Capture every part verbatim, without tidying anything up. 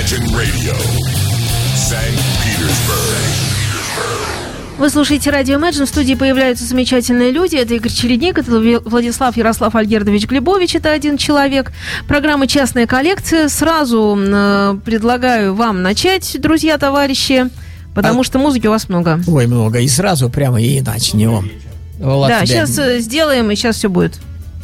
Imagine Radio, Санкт-Петербург. Вы слушаете радио Imagine, в студии появляются замечательные люди. Это Игорь Чередник, это Владислав Ярослав Альгердович Глебович, это один человек. Программа «Частная коллекция». Сразу э, предлагаю вам начать, друзья, товарищи, потому а... что музыки у вас много. Ой, много. И сразу прямо и начнем. Влад, да, тебя... сейчас э, сделаем, и сейчас все будет.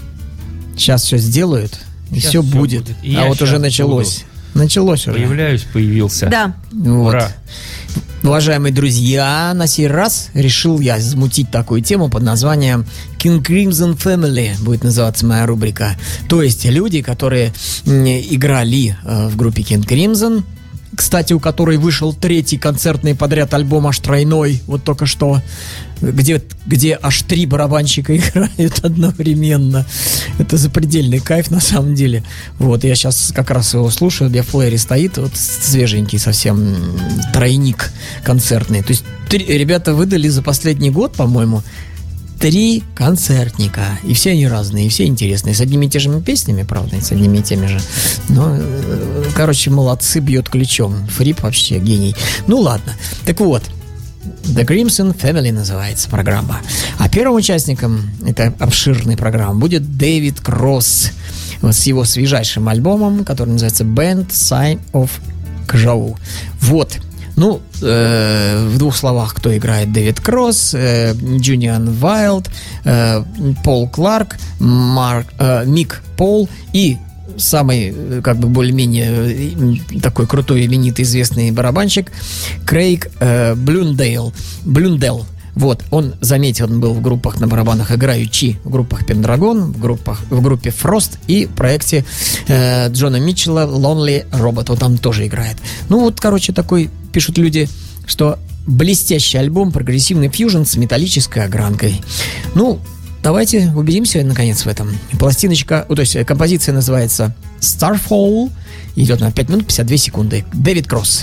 Сейчас все сделают, и сейчас все, все будет. будет. И а вот уже началось. Буду. Началось уже. Появляюсь, появился. Да. Вот. Ура. Уважаемые друзья, на сей раз решил я замутить такую тему под названием King Crimson Family, будет называться моя рубрика. То есть люди, которые играли в группе King Crimson, кстати, у которой вышел третий концертный подряд альбом, аж тройной, вот только что, где, где аж три барабанщика играют одновременно. Это запредельный кайф на самом деле. Вот, я сейчас как раз его слушаю, где в плеере стоит, вот свеженький совсем тройник концертный. То есть три, ребята выдали за последний год, по-моему, три концертника. И все они разные, и все интересные. С одними и теми же песнями, правда, и с одними и теми же. Но, короче, молодцы, бьет ключом. Фрип вообще гений. Ну, ладно. Так вот, The Crimson Family называется программа. А первым участником этой обширной программы будет Дэвид Кросс с его свежайшим альбомом, который называется Band Sign of Crow. Вот. Ну, э, в двух словах, кто играет: Дэвид Кросс, э, Джуниан Вайлд, э, Пол Кларк, Марк, э, Мик Пол и самый, как бы, более-менее такой крутой, именитый, известный барабанщик Крейг э, Блюндейл. Блюндел. Вот, он, заметил, он был в группах на барабанах играючи, в группах Pendragon, в, группах, в группе Frost и в проекте э, Джона Митчелла Lonely Robot, он там тоже играет. Ну вот, короче, такой, пишут люди, что блестящий альбом, прогрессивный фьюжн с металлической огранкой. Ну, давайте убедимся, наконец, в этом. Пластиночка, то есть композиция называется Starfall, идет на пять минут пятьдесят две секунды. Дэвид Кросс.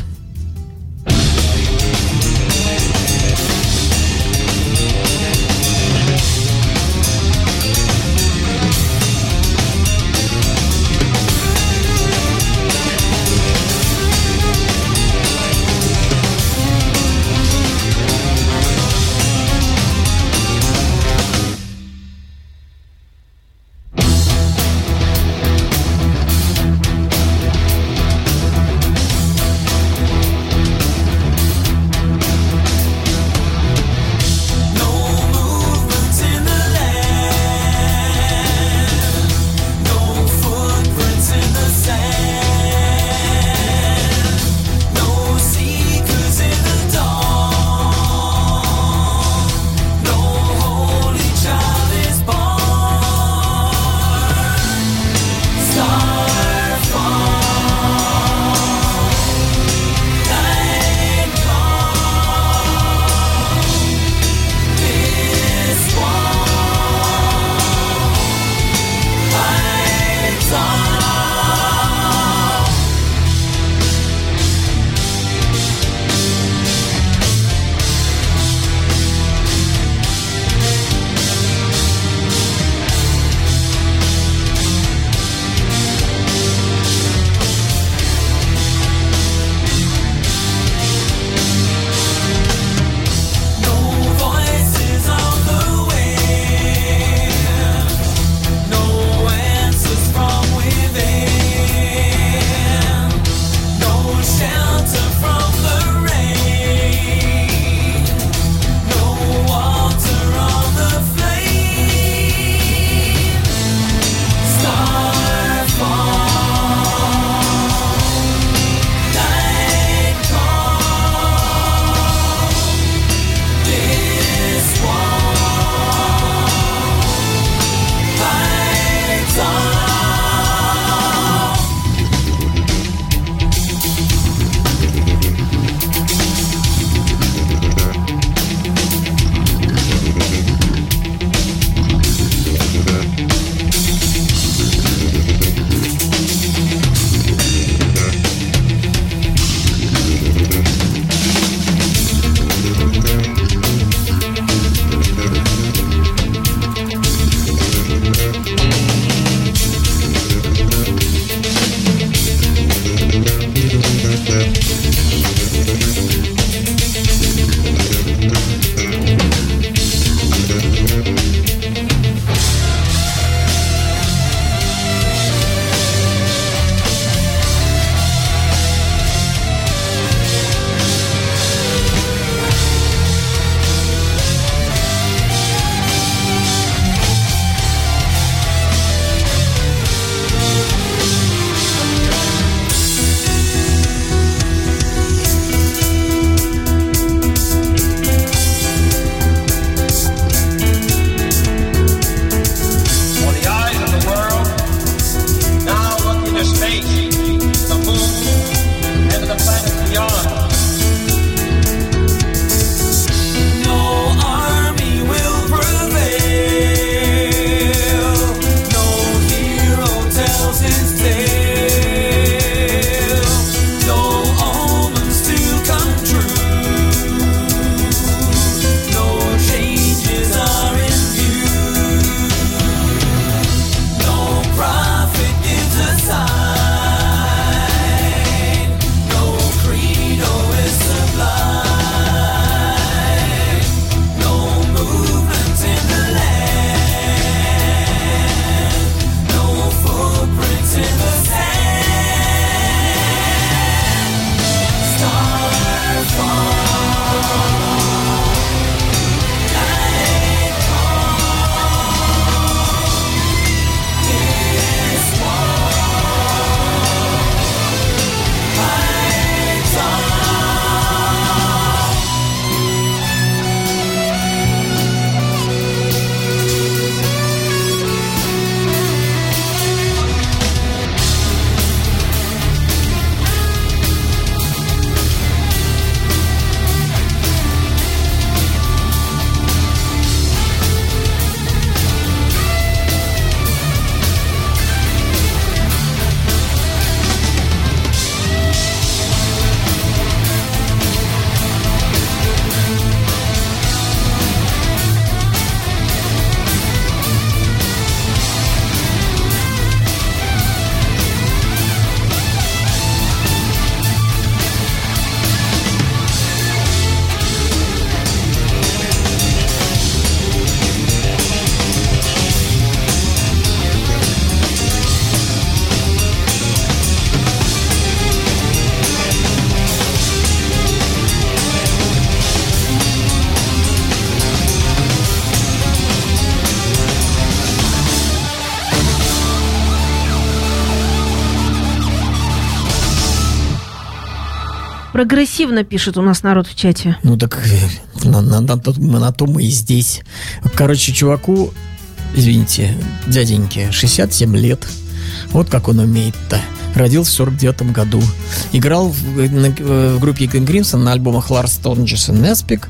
Прогрессивно пишет у нас народ в чате. Ну так на, на, на, на то мы и здесь. Короче, чуваку, извините, дяденьке, шестьдесят семь лет. Вот как он умеет-то. Родился в сорок девятом году. Играл в, на, в группе King Crimson на альбомах Lars Tonjes and Nespik,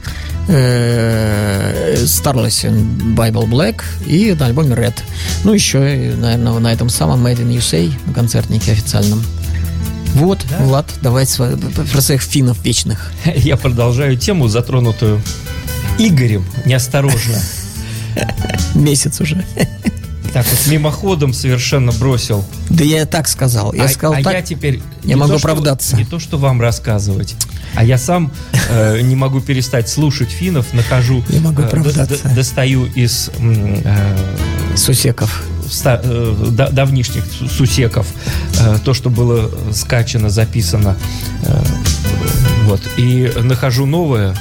э, Starless and Bible Black и на альбоме Red. Ну, еще, наверное, на этом самом Made in ю эс эй, на концертнике официальном. Вот, да? Влад, давай св... про своих финнов вечных. Я продолжаю тему, затронутую Игорем, неосторожно. Месяц уже. Так вот, мимоходом совершенно бросил. Да я так сказал. Я а, сказал а так, я теперь я могу то, оправдаться. Что, не то, что вам рассказывать, а я сам э, не могу перестать слушать финнов, нахожу, я могу оправдаться. Э, до, достаю из э, сусеков, ста, э, да, давнишних сусеков э, то, что было скачано, записано, э, вот, и нахожу новое.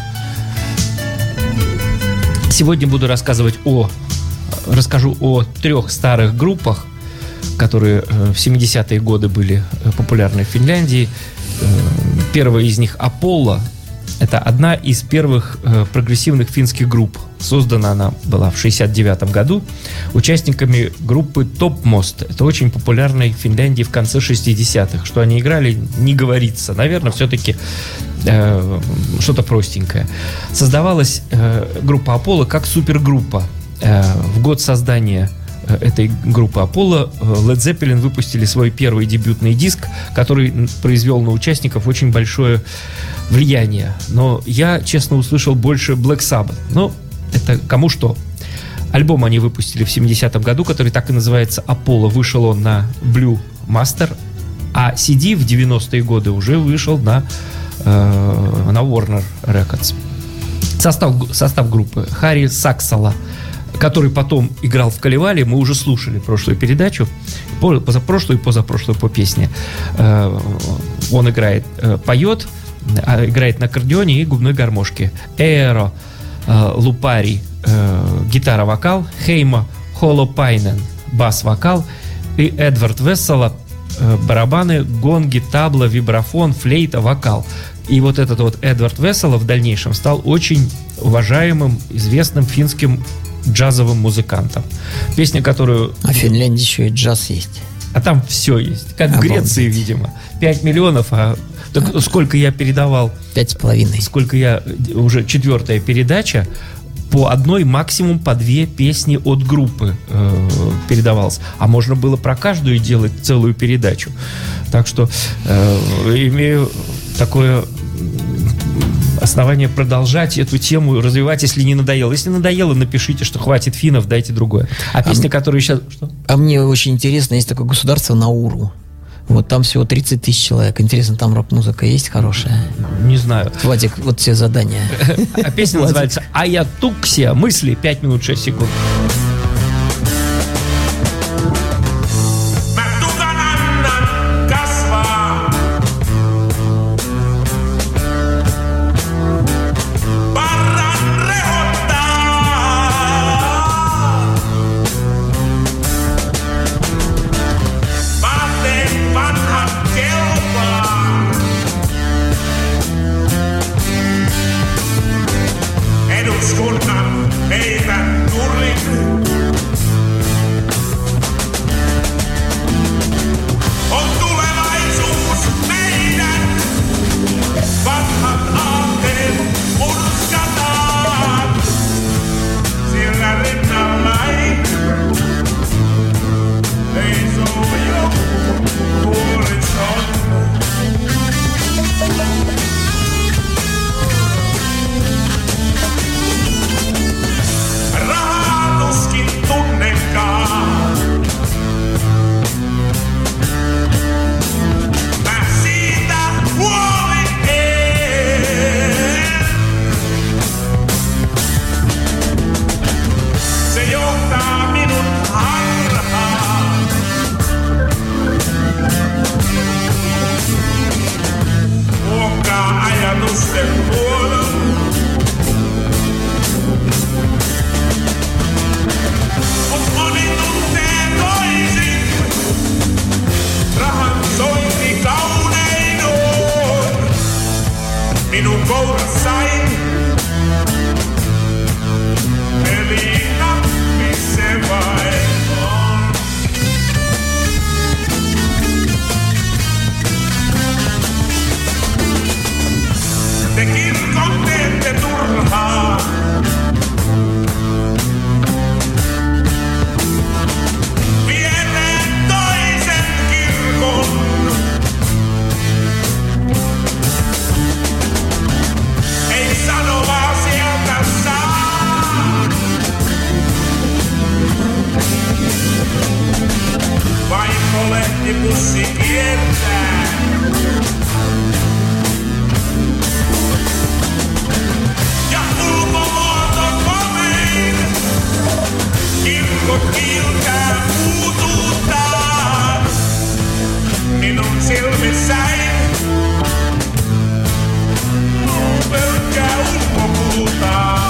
Сегодня буду рассказывать о Расскажу о трех старых группах, которые в семидесятые годы были популярны в Финляндии. Первая из них «Аполло». Это одна из первых прогрессивных финских групп. Создана она была в шестьдесят девятом году участниками группы «Топмост». Это очень популярной в Финляндии в конце шестидесятых. Что они играли, не говорится. Наверное, все-таки э, что-то простенькое. Создавалась э, группа «Аполло» как супергруппа. В год создания этой группы «Аполло» Led Zeppelin выпустили свой первый дебютный диск, который произвел на участников очень большое влияние. Но я, честно, услышал больше Black Sabbath. Но это кому что. Альбом они выпустили в семидесятом году, который так и называется «Аполло». Вышел он на Blue Master, а си ди в девяностые годы уже вышел на, э, на Warner Records. Состав, состав группы: Харри Саксала, который потом играл в Калевале, мы уже слушали прошлую передачу, позапрошлую и позапрошлую по песне. Он играет, поет, играет на аккордеоне и губной гармошке. Эero Лупари гитара-вокал, Хеймо Холопайнен бас-вокал и Эдвард Вессела барабаны, гонги, табла, вибрафон, флейта, вокал. И вот этот вот Эдвард Вессела в дальнейшем стал очень уважаемым, известным финским джазовым музыкантом. Песня, которую... А в Финляндии еще и джаз есть. А там все есть. Как Обалдеть. В Греции, видимо. Пять миллионов, а... Так а? Сколько я передавал... Пять с половиной. Сколько я... Уже четвертая передача. По одной, максимум по две песни от группы э, передавалось. А можно было про каждую делать целую передачу. Так что э, имею такое... основание продолжать эту тему, развивать, если не надоело. Если надоело, напишите, что хватит финнов, дайте другое. А, а песня, которую сейчас... Что? А мне очень интересно, есть такое государство Науру. Вот там всего тридцать тысяч человек. Интересно, там рок-музыка есть хорошая? Не знаю. Владик, вот все задания. А песня называется «Аятуксия». Мысли. пять минут шесть секунд. Eduskunnan meitä juuri minun kourassain. Eli nappi se vain on. Te kirkon teette turhaa. Viereen toisen kirkon. Ei sanomaa sieltä saa. Vain kolehtipussi kiertää. Ja ulkomuoto komein. Kirkko kiiltää uutuuttaan. Minun silmissäin. Pelkkää ulkopuutaa.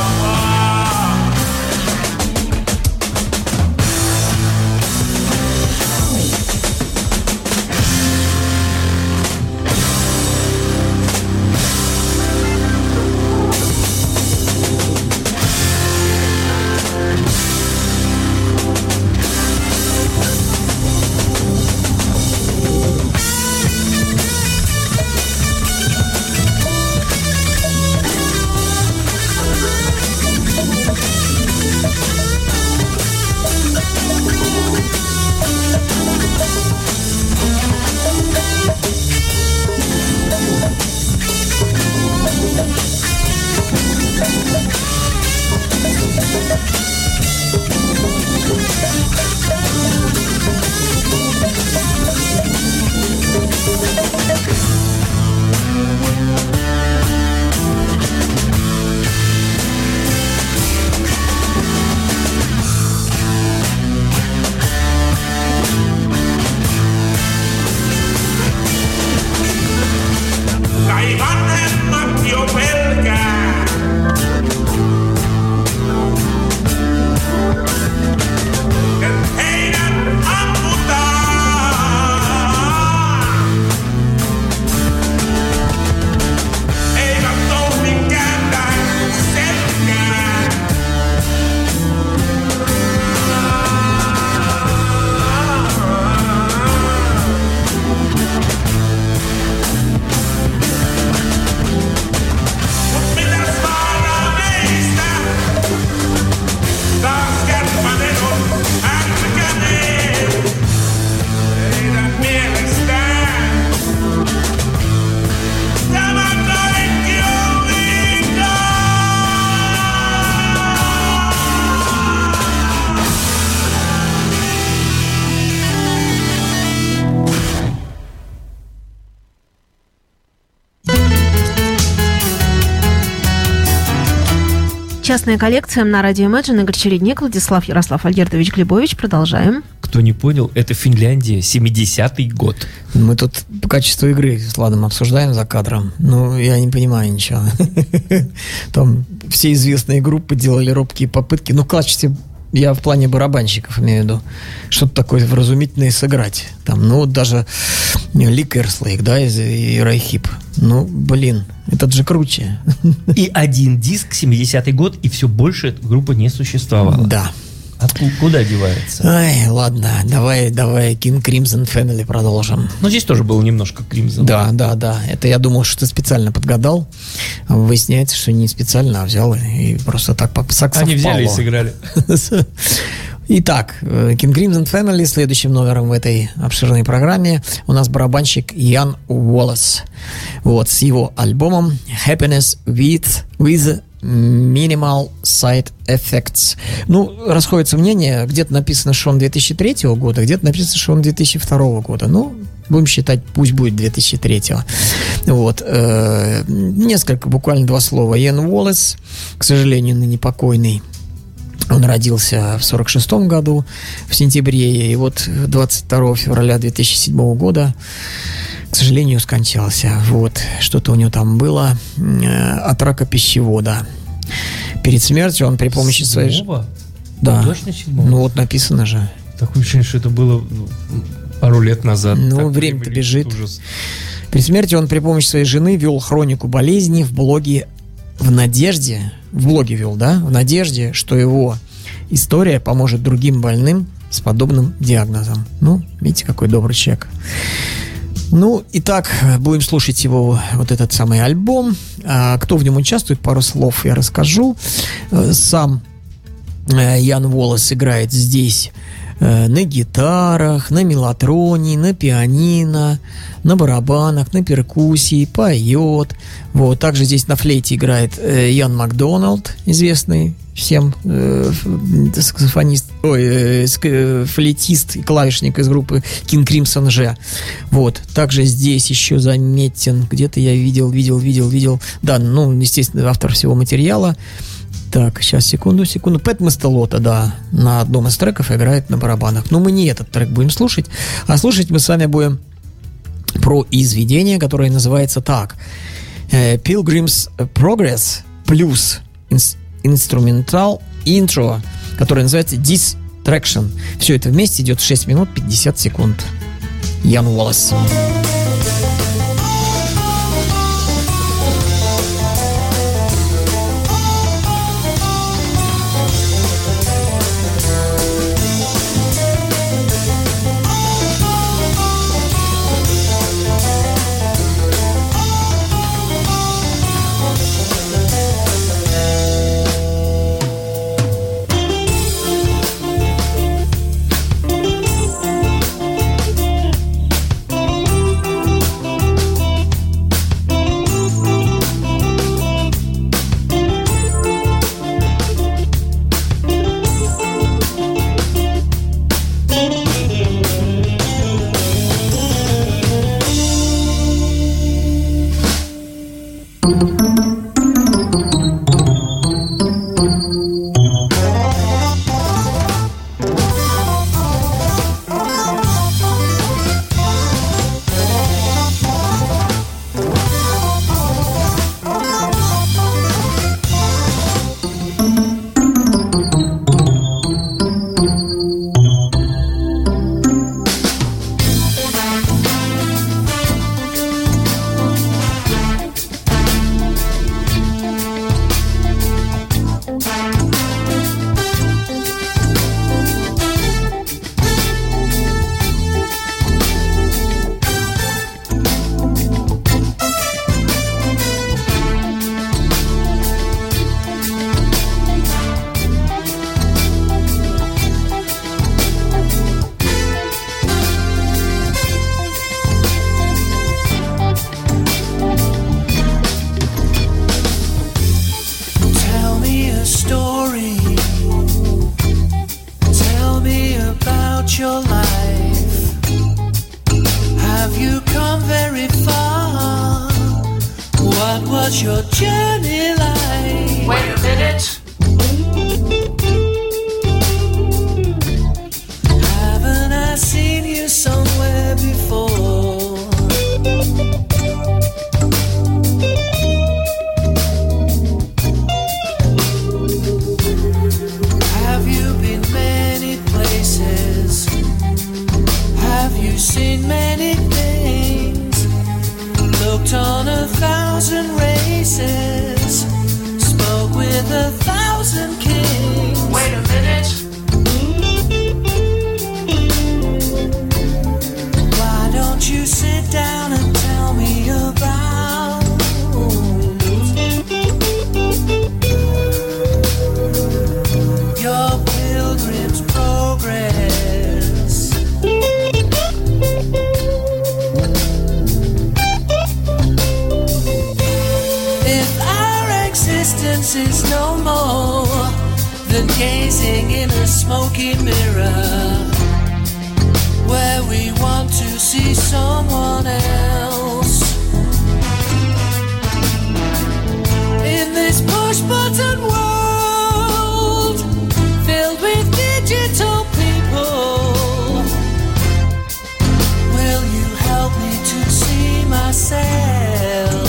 Kai vanhemmat jo pelkää. Et heidät ammutaan. Eivät tohdi kääntää selkää. Mut mitäs vaaraa meistä? Taas kärpänen on ärkäneen. Heidän mielestään. Tämä kaikki on liikaa. Частная коллекция на радио Imagine. Игорь Чередник, Владислав Ярослав Альгердович Глебович. Продолжаем. Кто не понял, это Финляндия, семидесятый год. Мы тут по качеству игры с Владом обсуждаем за кадром. Ну, я не понимаю ничего. Там все известные группы делали робкие попытки. Ну, в качестве, я в плане барабанщиков имею в виду, что-то такое вразумительное сыграть. Там, ну, вот даже Ликерслейк, да, из и Райхип. Ну, блин, этот же круче. И один диск, семидесятый год, и все больше эта группа не существовала. Да. Откуда, куда девается? Ай, ладно, давай, давай King Crimson Family продолжим. Ну, здесь тоже было немножко Crimson. Да, да, да. Это я думал, что ты специально подгадал. А выясняется, что не специально, а взял и просто так совпало. Они взяли и сыграли. Итак, King Crimson Family, следующим номером в этой обширной программе у нас барабанщик Ян Уоллес. Вот, с его альбомом Happiness with, with Minimal Side Effects. Ну, расходятся мнения. Где-то написано, что он две тысячи третьего года, где-то написано, что он две тысячи второго года. Ну, будем считать, пусть будет две тысячи третьего. Вот. Э, несколько, буквально два слова. Ян Уоллес, к сожалению, ныне покойный. Он родился в сорок шестом году, в сентябре, и вот двадцать второго февраля две тысячи седьмого года, к сожалению, скончался. Вот, что-то у него там было э, от рака пищевода. Перед смертью он при помощи своей... Седьмого? Да. Точно седьмого? Ну вот написано же. Такое ощущение, что это было пару лет назад. Ну, так время-то бежит. Ужас. При смерти он при помощи своей жены вел хронику болезни в блоге в надежде, в блоге вел, да, в надежде, что его история поможет другим больным с подобным диагнозом. Ну, видите, какой добрый человек. Ну, итак, будем слушать его вот этот самый альбом. А кто в нем участвует, пару слов я расскажу. Сам Ян Уоллес играет здесь на гитарах, на мелатроне, на пианино, на барабанах, на перкуссии, поет. Вот. Также здесь на флейте играет Ян Макдоналд, известный всем э, саксофонист, ой, э, флейтист и клавишник из группы King Crimson G. Вот. Также здесь еще заметен, где-то я видел, видел, видел, видел, да, ну, естественно, автор всего материала. Так, сейчас, секунду, секунду. Пэт Мастелота, да, на одном из треков играет на барабанах. Но мы не этот трек будем слушать, а слушать мы с вами будем про изведение, которое называется так. Pilgrim's Progress плюс инструментал интро, которое называется Distraction. Все это вместе идет шесть минут пятьдесят секунд. Ян Уоллес. What's your journey like? Wait a minute. Haven't I seen you somewhere before? Have you been many places? Have you seen many things? Looked on a thousand races, spoke with a thousand kings. Wait a minute. Why don't you sit down and tell me about your pilgrim's progress? If our existence is no more than gazing in a smoky mirror, where we want to see someone else, in this push-button world filled with digital people, will you help me to see myself?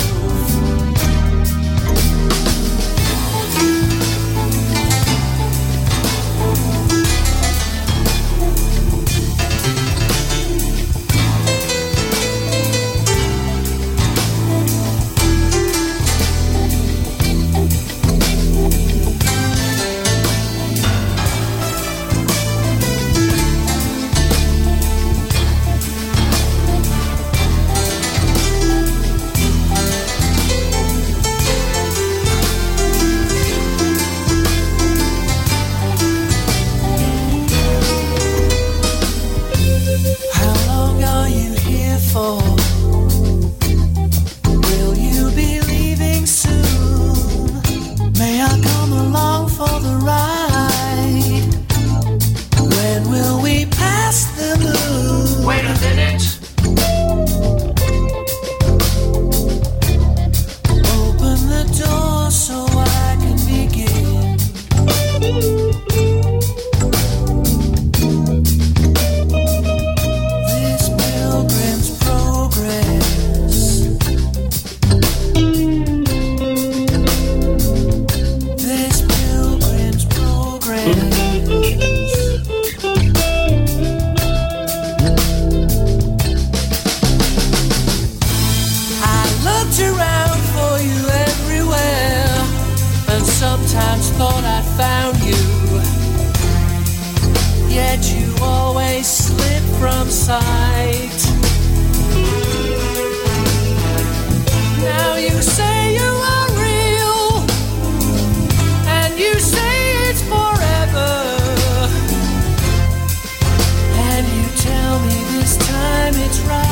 from sight. Now you say you are real, and you say it's forever, and you tell me this time it's right.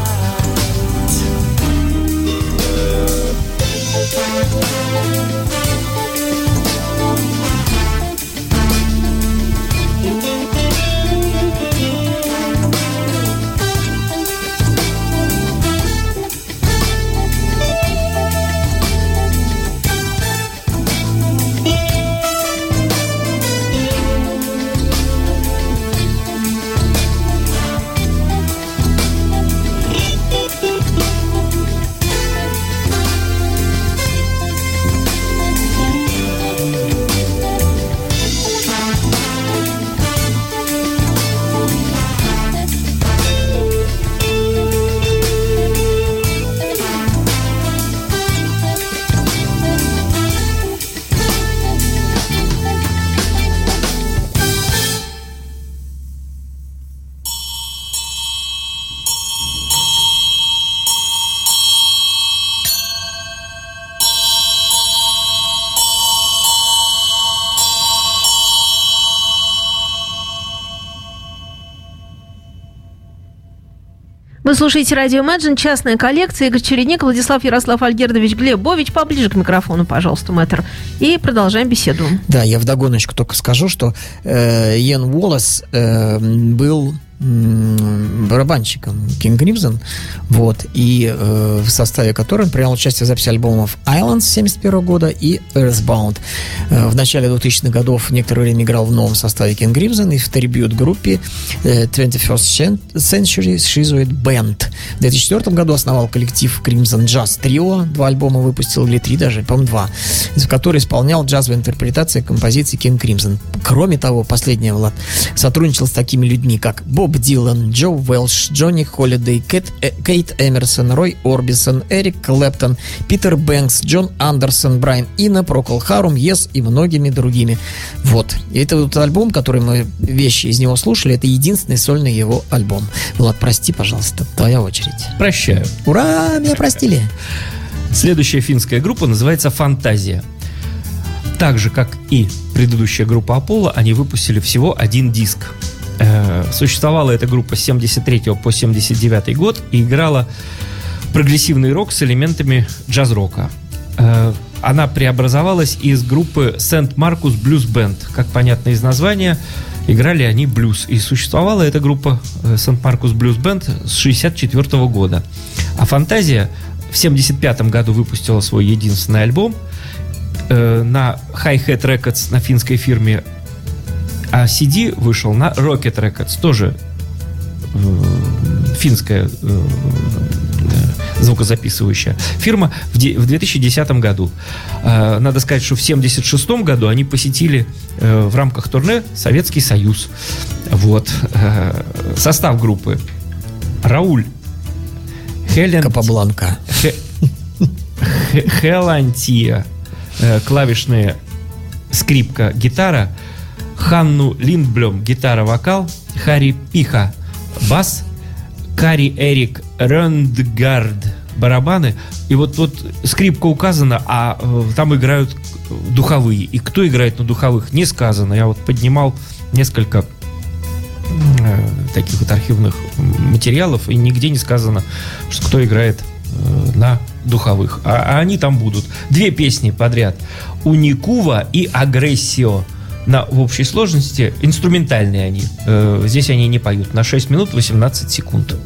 Вы слушаете радио Imagine, частная коллекция. Игорь Чередник, Владислав Ярослав Альгердович Глебович. Поближе к микрофону, пожалуйста, мэтр. И продолжаем беседу. Да, я вдогоночку только скажу, что э, Иэн Уоллес э, был м, барабанщиком King Crimson, вот, и э, в составе которой он принял участие в записи альбомов Islands семьдесят первого года и Earthbound. Э, в начале двухтысячных годов некоторое время играл в новом составе King Crimson и в трибьют-группе э, twenty-first Century Schizoid Band. В две тысячи четвёртом году основал коллектив Crimson Jazz Trio, два альбома выпустил, или три даже, по-моему, два, в который исполнял джазовые интерпретации композиций King Crimson. Кроме того, последний Влад сотрудничал с такими людьми, как Боб Дилан, Джо Уэлш, Джонни Холлидей, Кэт, э, Кейт Эмерсон, Рой Орбисон, Эрик Клэптон, Питер Бэнкс, Джон Андерсон, Брайан Ино, Прокол Харум, Yes и многими другими. Вот. И это вот альбом, который мы вещи из него слушали, это единственный сольный его альбом. Влад, прости, пожалуйста, твоя очередь. Прощаю. Ура, меня простили. Следующая финская группа называется «Фантазия». Так же, как и предыдущая группа «Аполло», они выпустили всего один диск. Э, существовала эта группа с семьдесят третьего по семьдесят девятый год и играла прогрессивный рок с элементами джаз-рока. Э, она преобразовалась из группы Сент Маркус Блюз Бенд. Как понятно из названия, играли они блюз. И существовала эта группа Сент Маркус Блюз Бенд с шестьдесят четвёртого года. А «Фантазия» в семьдесят пятом году выпустила свой единственный альбом э, на Hi-Hat Records, на финской фирме, а си ди вышел на Rocket Records, тоже э, финская э, звукозаписывающая фирма, в, де, в две тысячи десятом году. Э, надо сказать, что в семьдесят шестом году они посетили э, в рамках турне Советский Союз. Вот. Э, состав группы: Рауль Хелен... Капабланка. Хе... Хелантия, э, клавишные, скрипка, гитара, Ханну Линдблем, гитара-вокал, Харри Пиха, бас, Кари Эрик Рöndgaard, барабаны. И вот, вот скрипка указана, а э, там играют духовые. И кто играет на духовых, не сказано. Я вот поднимал несколько э, таких вот архивных материалов, и нигде не сказано, что кто играет э, на духовых. А, а они там будут. Две песни подряд: «Уникува» и «Агрессио». На, в общей сложности инструментальные они. Э, здесь они не поют. На шесть минут восемнадцать секунд.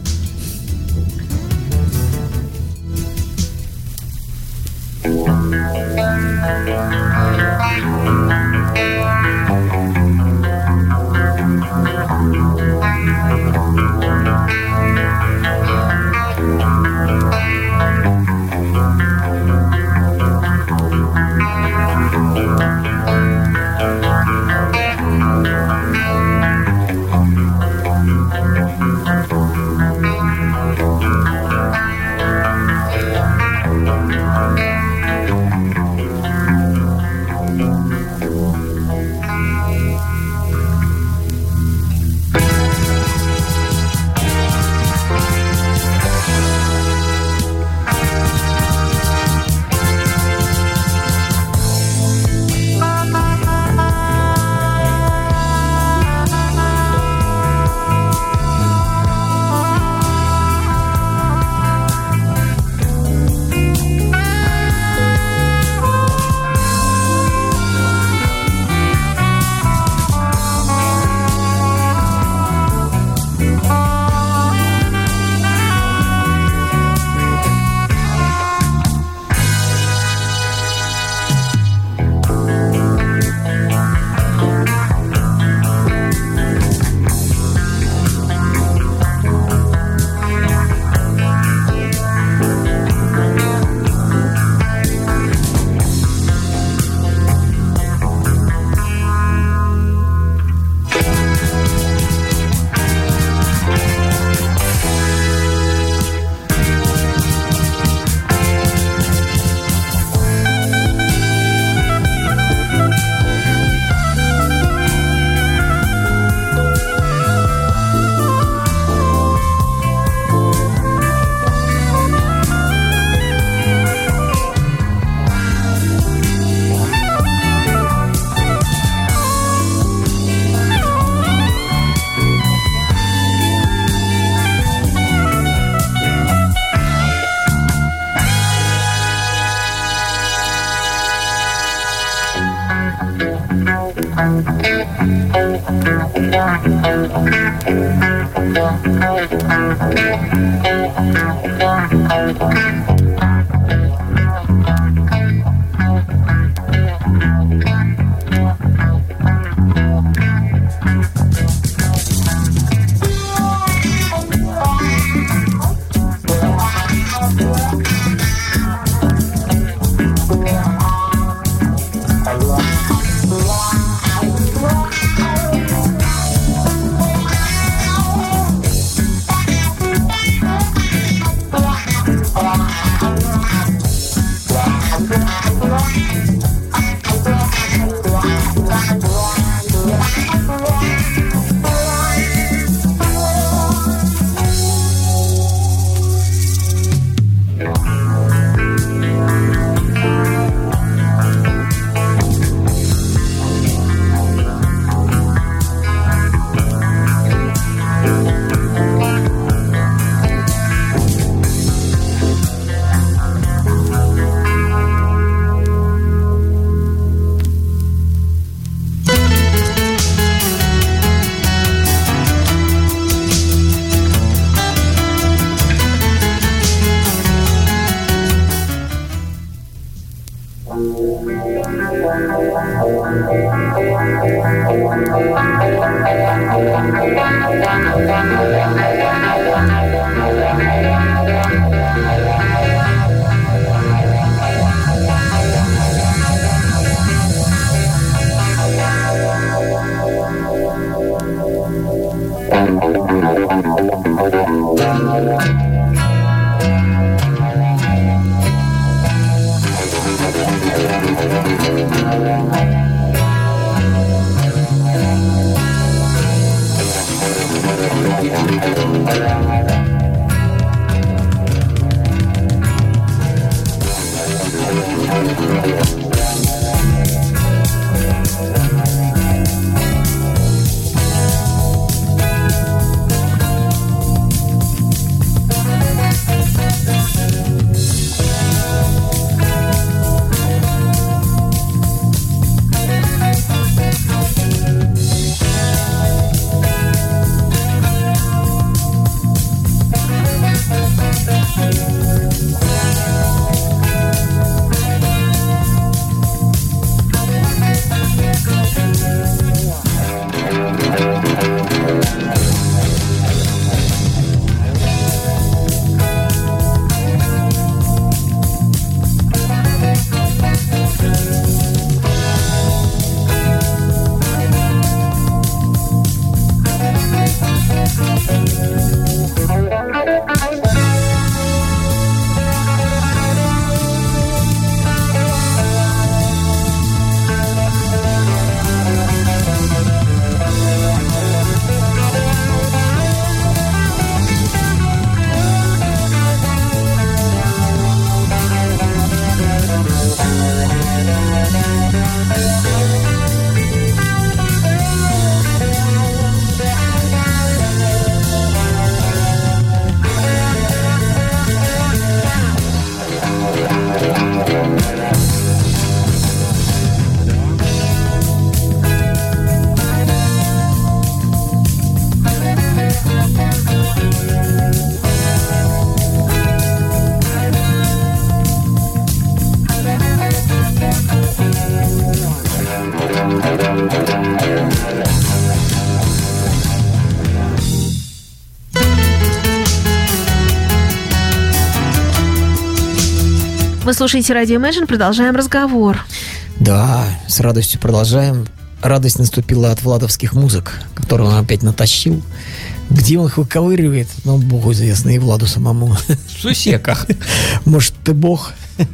Вы слушаете радио Imagine, продолжаем разговор. Да, с радостью продолжаем. Радость наступила от владовских музык, которые он опять натащил. Где он их выковыривает, ну, богу известно, и Владу самому. В сусеках. Может, ты бог?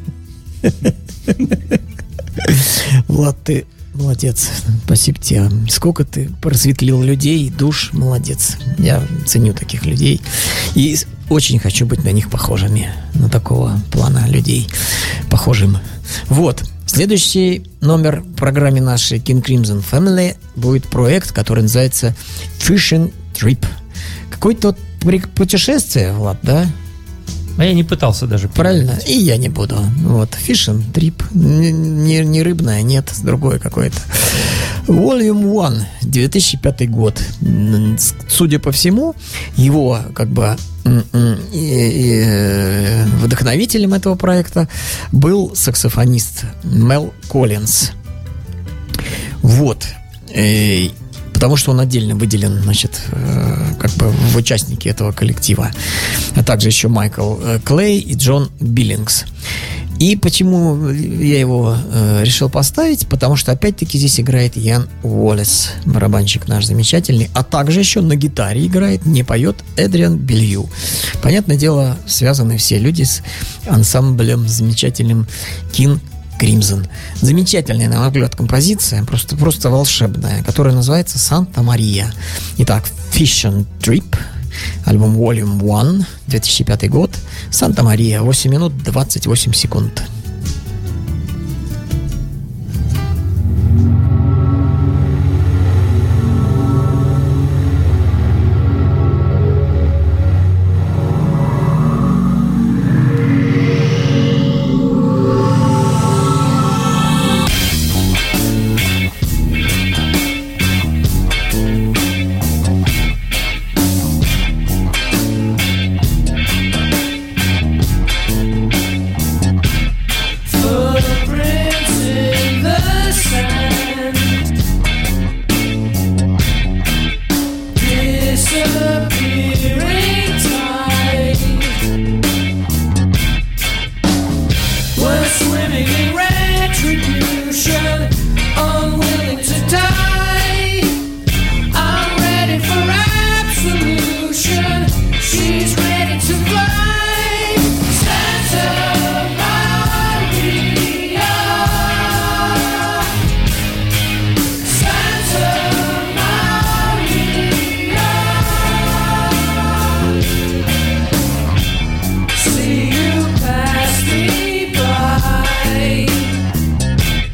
Влад, ты молодец. Спасибо тебе. Сколько ты просветлил людей, душ, молодец. Я ценю таких людей. И очень хочу быть на них похожими. На такого плана людей похожим. Вот. Следующий номер в программе нашей King Crimson Family будет проект, который называется Fishing Trip. Какое-то путешествие, Влад, да? А я не пытался даже. Правильно? И я не буду. Вот. Fishing Trip. Не, не, не рыбное, нет, другое какое-то. Volume один, две тысячи пятый год. М, с- Судя по всему, его как бы м, м, и- и, э, вдохновителем этого проекта был саксофонист Мел Коллинз. Вот. Э, Потому что он отдельно выделен, значит, э, как бы в участники этого коллектива. А также еще Майкл э, Клей и Джон Биллингс. И почему я его э, решил поставить? Потому что, опять-таки, здесь играет Ян Уоллес, барабанщик наш замечательный. А также еще на гитаре играет, не поет, Эдриан Белью. Понятное дело, связаны все люди с ансамблем замечательным King Crimson. Замечательная, на мой взгляд, композиция, просто, просто волшебная, которая называется «Санта Мария». Итак, Fish and Trip, альбом Volume один, две тысячи пятый год, «Санта Мария», восемь минут двадцать восемь секунд. Footprints in the sand, disappearing tide. We're swimming in retribution, unwilling to die. I'm ready for absolution. She's ready to fly. Santa Maria, Santa Maria. See you pass me by.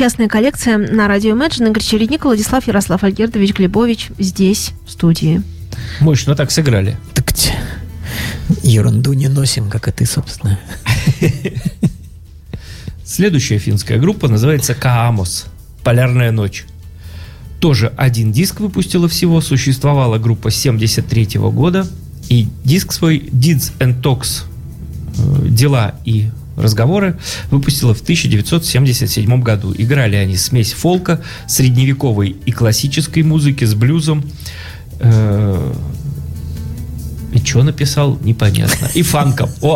Частная коллекция на радио Imagine. Игорь Чередник, Владислав Ярослав Альгердович Глебович здесь, в студии. Мощно так сыграли. Так ть, ерунду не носим, как и ты, собственно. Следующая финская группа называется Каамос. «Полярная ночь». Тоже один диск выпустила всего. Существовала группа с семьдесят третьего года. И диск свой Deeds and Talks, дела и разговоры, выпустила в тысяча девятьсот семьдесят седьмом году. Играли они смесь фолка, средневековой и классической музыки с блюзом. И что написал, непонятно. И фанком. О!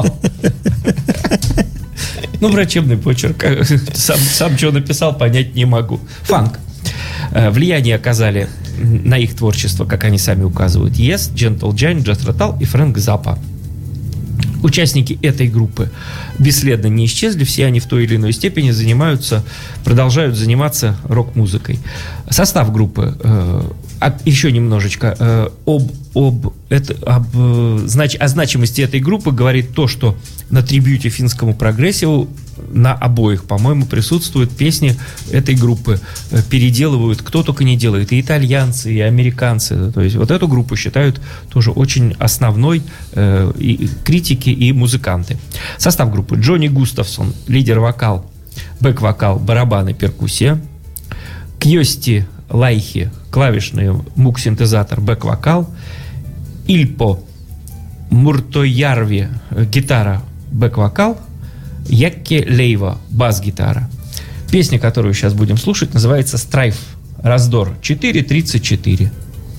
Ну, врачебный почерк. Сам, сам что написал, понять не могу. Фанк. Влияние оказали на их творчество, как они сами указывают, Yes, Gentle Giant, Jethro Tull и Фрэнк Заппа. Участники этой группы бесследно не исчезли, все они в той или иной степени занимаются, продолжают заниматься рок-музыкой. Состав группы, э, еще немножечко э, об, об, это, об э, знач, о значимости этой группы говорит то, что на трибьюте финскому прогрессиву на обоих, по-моему, присутствуют песни этой группы, э, переделывают, кто только не делает, и итальянцы, и американцы. То есть вот эту группу считают тоже очень основной, э, и критики, и музыканты. Состав группы: Джонни Густавсон, лидер-вокал, бэк-вокал, барабаны, перкуссия; Кьости Лайхи, клавишные, мук-синтезатор, бэк-вокал; Ильпо Муртоярви, гитара, бэк-вокал; Якке Лейва, бас-гитара. Песня, которую сейчас будем слушать, называется «Страйф», раздор четыре тридцать четыре.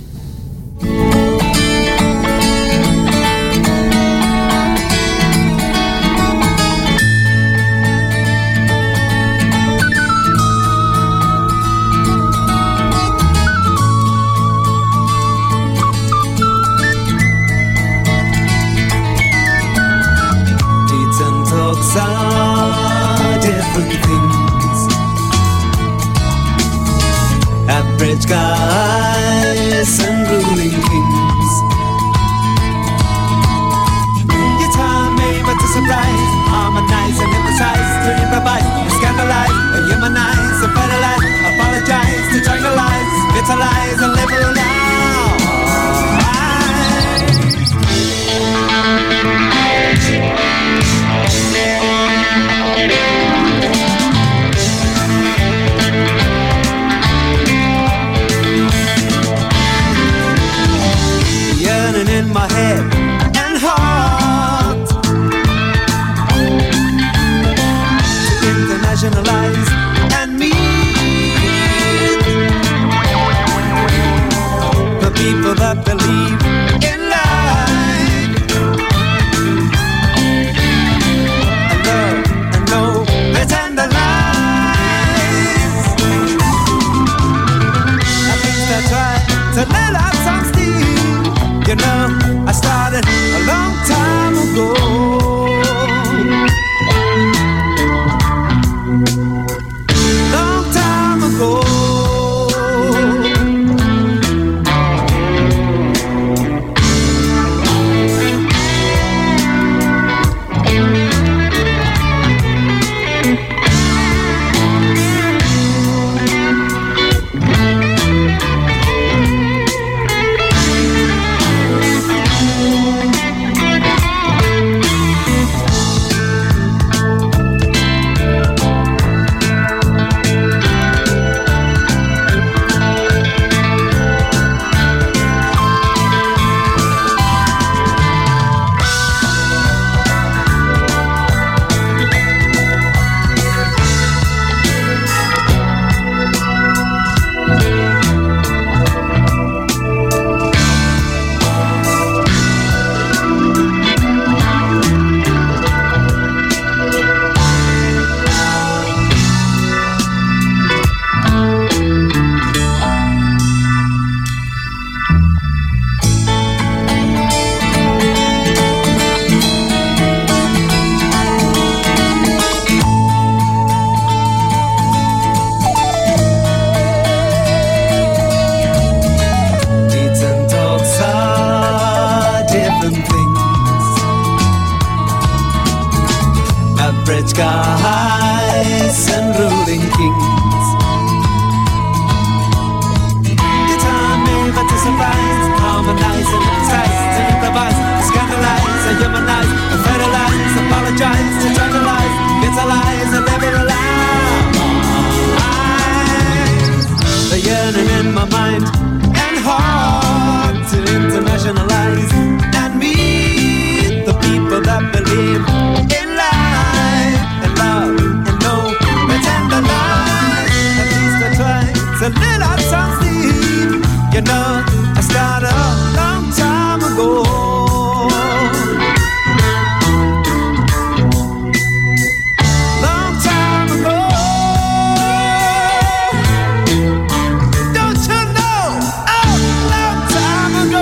Guys and ruling kings. You time me but to surprise, harmonize and emphasize, to improvise, you scandalize, and humanize, and fertilize, apologize, to triangleize, vitalize and liberalize. In my head and heart to internationalize and meet the people that believe in life and learn and know the tender lies. At least I try to let out some steam. You know, I started a long time ago. Long time ago. Skies and ruling kings. the little sun sleep. You know, I started a long time ago. Long time ago. Don't you know? Oh, long time ago.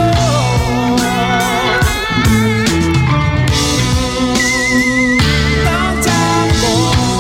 Long time ago.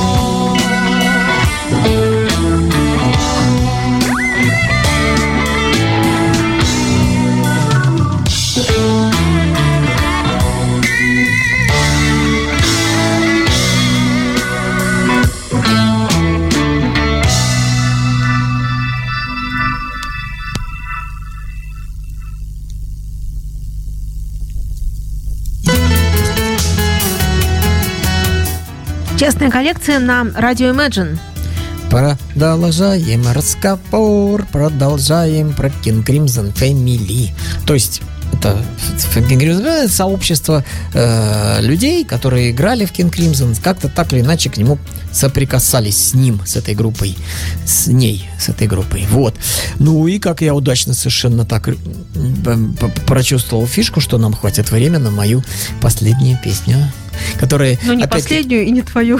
Частная коллекция на радио Imagine. Продолжаем разговор, продолжаем про King Crimson Family. То есть это King Crimson сообщество э, людей, которые играли в King Crimson, как-то так или иначе к нему соприкасались, с ним, с этой группой, с ней, с этой группой. Вот. Ну и как я удачно совершенно так э, прочувствовал фишку, что нам хватит времени на мою последнюю песню, которая... Ну, не опять-таки, последнюю и не твою.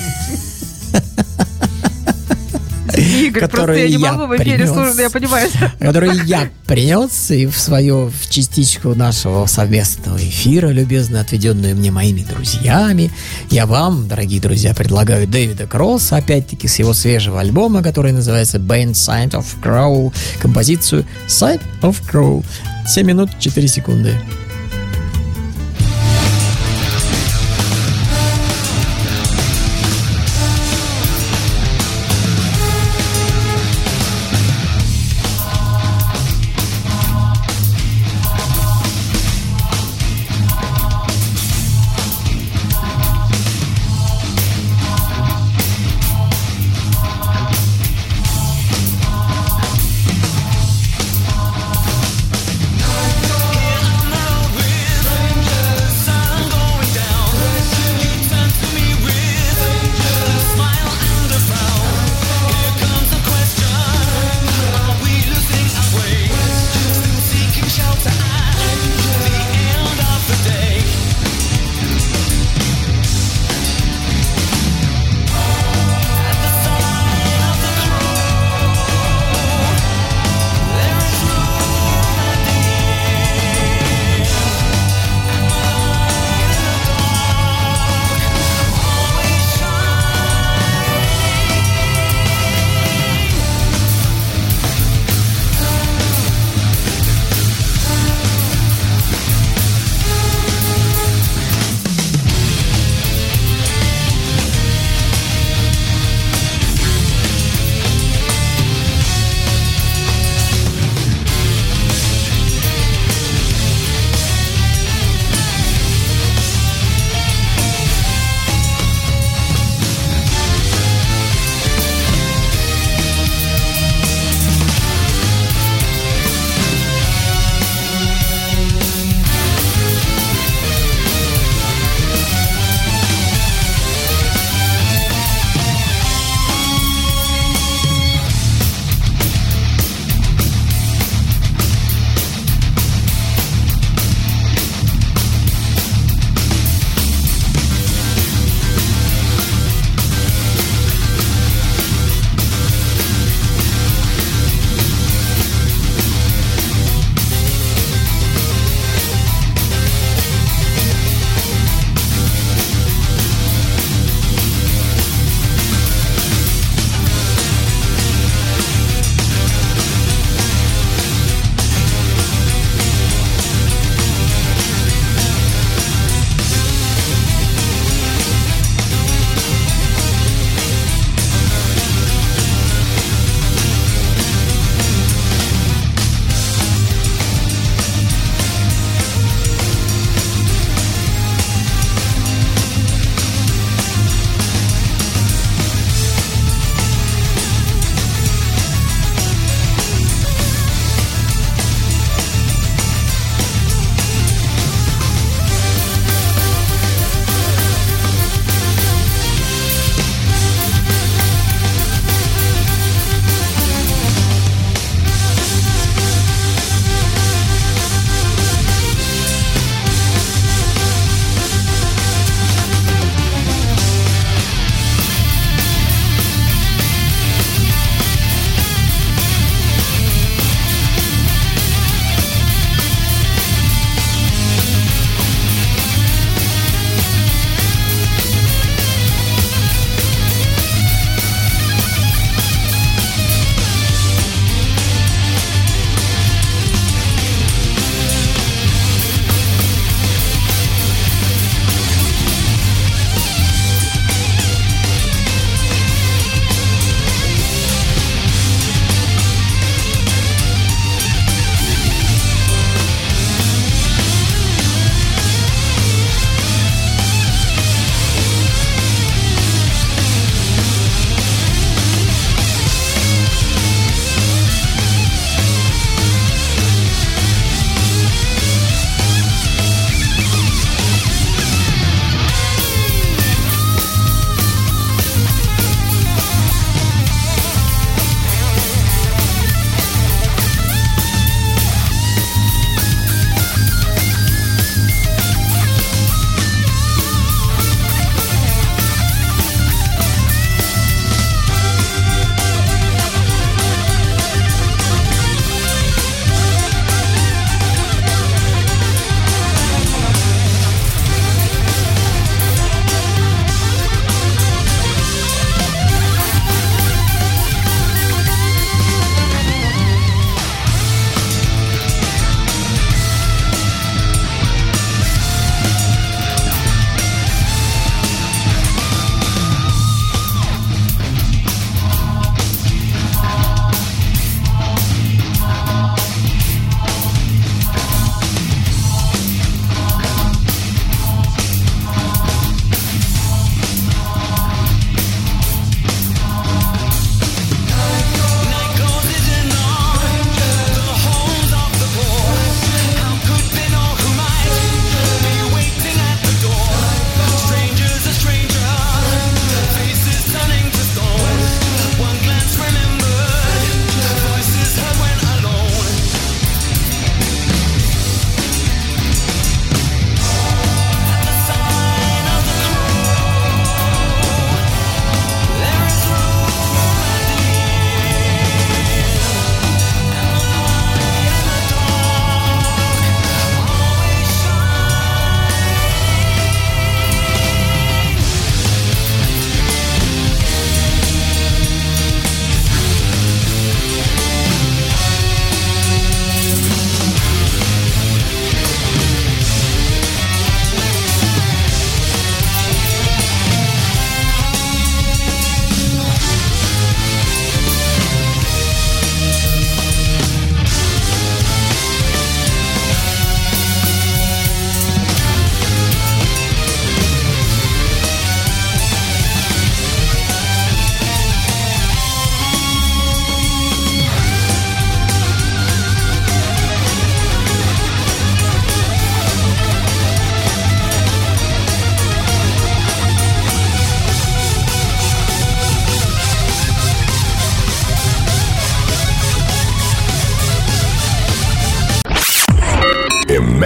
Игорь, просто я не могу в эфире слушать, я понимаю. Который я принес и в свою в частичку нашего совместного эфира, любезно отведенную мне моими друзьями, я вам, дорогие друзья, предлагаю Дэвида Кросса, опять-таки с его свежего альбома, который называется Band Sign of Crow, композицию Sign of Crow. семь минут четыре секунды. Now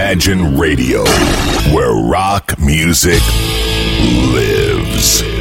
Imagine Radio, where rock music lives.